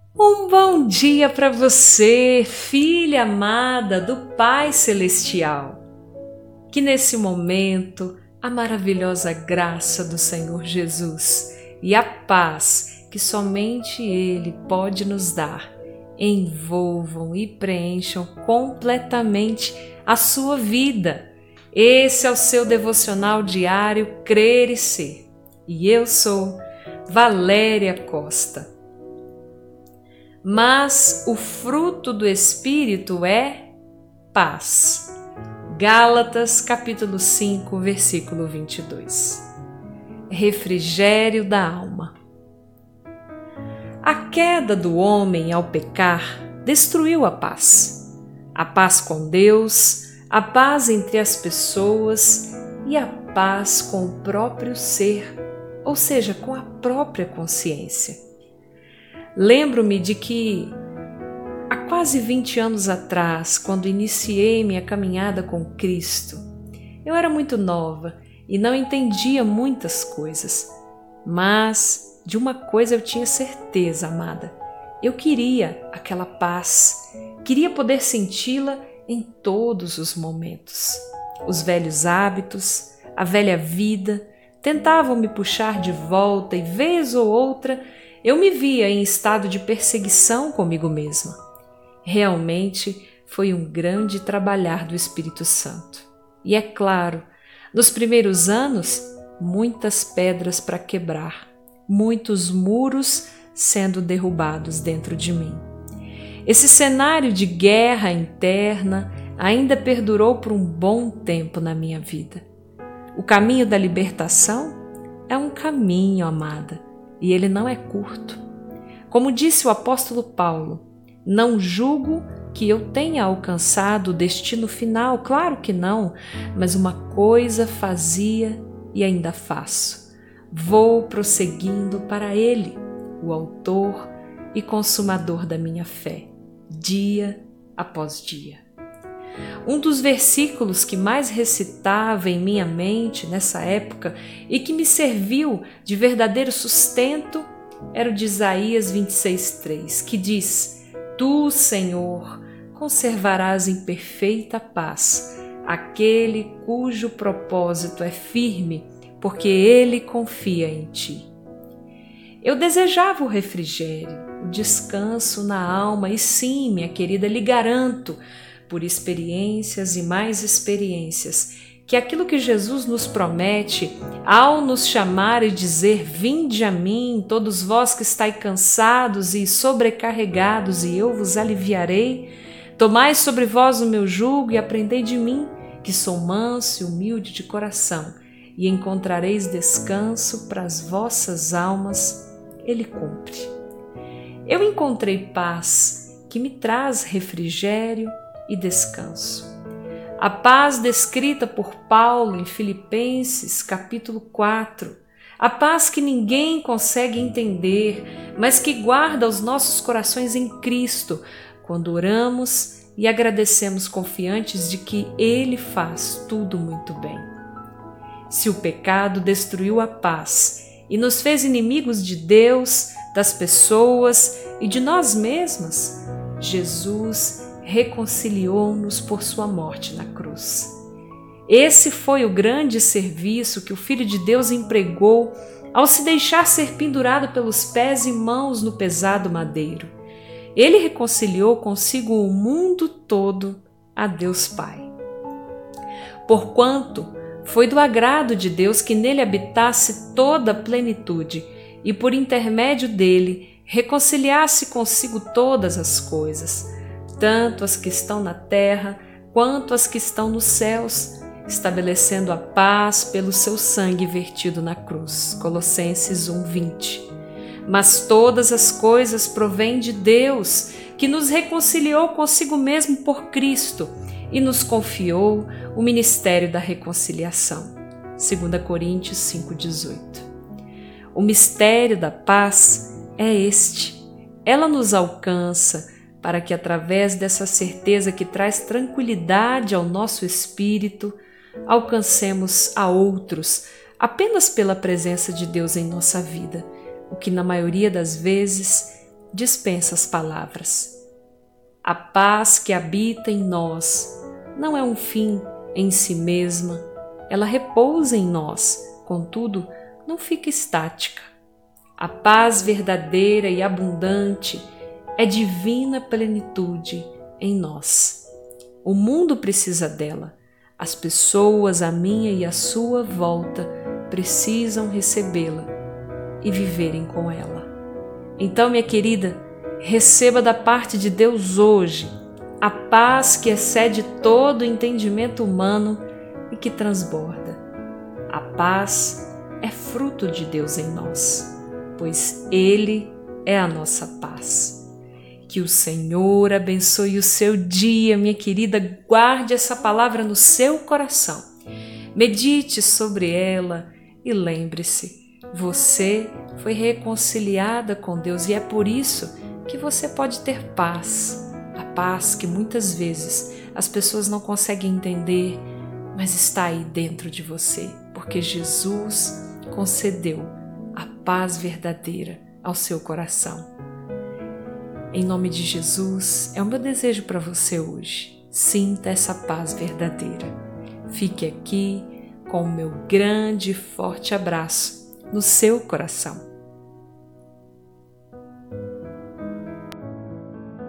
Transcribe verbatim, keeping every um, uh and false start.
Um bom dia para você, filha amada do Pai Celestial. Que nesse momento a maravilhosa graça do Senhor Jesus e a paz que somente Ele pode nos dar envolvam e preencham completamente a sua vida. Esse é o seu devocional diário Crer e Ser. E eu sou Valéria Costa. Mas o fruto do Espírito é paz. Gálatas capítulo cinco, versículo vinte e dois. Refrigério da alma. A queda do homem ao pecar destruiu a paz. A paz com Deus, a paz entre as pessoas e a paz com o próprio ser, ou seja, com a própria consciência. Lembro-me de que há quase vinte anos atrás, quando iniciei minha caminhada com Cristo, eu era muito nova e não entendia muitas coisas, mas de uma coisa eu tinha certeza, amada. Eu queria aquela paz, queria poder senti-la em todos os momentos. Os velhos hábitos, a velha vida, tentavam me puxar de volta e, vez ou outra, eu me via em estado de perseguição comigo mesma. Realmente foi um grande trabalhar do Espírito Santo. E é claro, nos primeiros anos, muitas pedras para quebrar, muitos muros sendo derrubados dentro de mim. Esse cenário de guerra interna ainda perdurou por um bom tempo na minha vida. O caminho da libertação é um caminho, amada, e ele não é curto. Como disse o apóstolo Paulo, não julgo que eu tenha alcançado o destino final, claro que não, mas uma coisa fazia e ainda faço. Vou prosseguindo para ele, o autor e consumador da minha fé, dia após dia. Um dos versículos que mais recitava em minha mente nessa época e que me serviu de verdadeiro sustento era o de Isaías vinte e seis, três, que diz: Tu, Senhor, conservarás em perfeita paz aquele cujo propósito é firme, porque ele confia em ti. Eu desejava o refrigério, o descanso na alma e sim, minha querida, lhe garanto, por experiências e mais experiências, que aquilo que Jesus nos promete, ao nos chamar e dizer: Vinde a mim, todos vós que estáis cansados e sobrecarregados, e eu vos aliviarei. Tomai sobre vós o meu jugo e aprendei de mim, que sou manso e humilde de coração, e encontrareis descanso para as vossas almas. Ele cumpre. Eu encontrei paz que me traz refrigério e descanso. A paz descrita por Paulo em Filipenses capítulo quatro, a paz que ninguém consegue entender, mas que guarda os nossos corações em Cristo, quando oramos e agradecemos confiantes de que Ele faz tudo muito bem. Se o pecado destruiu a paz e nos fez inimigos de Deus, das pessoas e de nós mesmas, Jesus reconciliou-nos por sua morte na cruz. Esse foi o grande serviço que o Filho de Deus empregou ao se deixar ser pendurado pelos pés e mãos no pesado madeiro. Ele reconciliou consigo o mundo todo a Deus Pai. Porquanto foi do agrado de Deus que nele habitasse toda a plenitude e por intermédio dele reconciliasse consigo todas as coisas, tanto as que estão na terra quanto as que estão nos céus, estabelecendo a paz pelo seu sangue vertido na cruz. Colossenses um, vinte. Mas todas as coisas provêm de Deus, que nos reconciliou consigo mesmo por Cristo e nos confiou o ministério da reconciliação. dois Coríntios cinco, dezoito. O mistério da paz é este. Ela nos alcança para que, através dessa certeza que traz tranquilidade ao nosso espírito, alcancemos a outros apenas pela presença de Deus em nossa vida, o que na maioria das vezes dispensa as palavras. A paz que habita em nós não é um fim em si mesma, ela repousa em nós, contudo, não fica estática. A paz verdadeira e abundante é divina plenitude em nós. O mundo precisa dela. As pessoas à minha e à sua volta precisam recebê-la e viverem com ela. Então, minha querida, receba da parte de Deus hoje a paz que excede todo o entendimento humano e que transborda. A paz é fruto de Deus em nós, pois Ele é a nossa paz. Que o Senhor abençoe o seu dia, minha querida. Guarde essa palavra no seu coração. Medite sobre ela e lembre-se, você foi reconciliada com Deus e é por isso que você pode ter paz. A paz que muitas vezes as pessoas não conseguem entender, mas está aí dentro de você, porque Jesus concedeu a paz verdadeira ao seu coração. Em nome de Jesus, é o meu desejo para você hoje. Sinta essa paz verdadeira. Fique aqui com o meu grande e forte abraço no seu coração.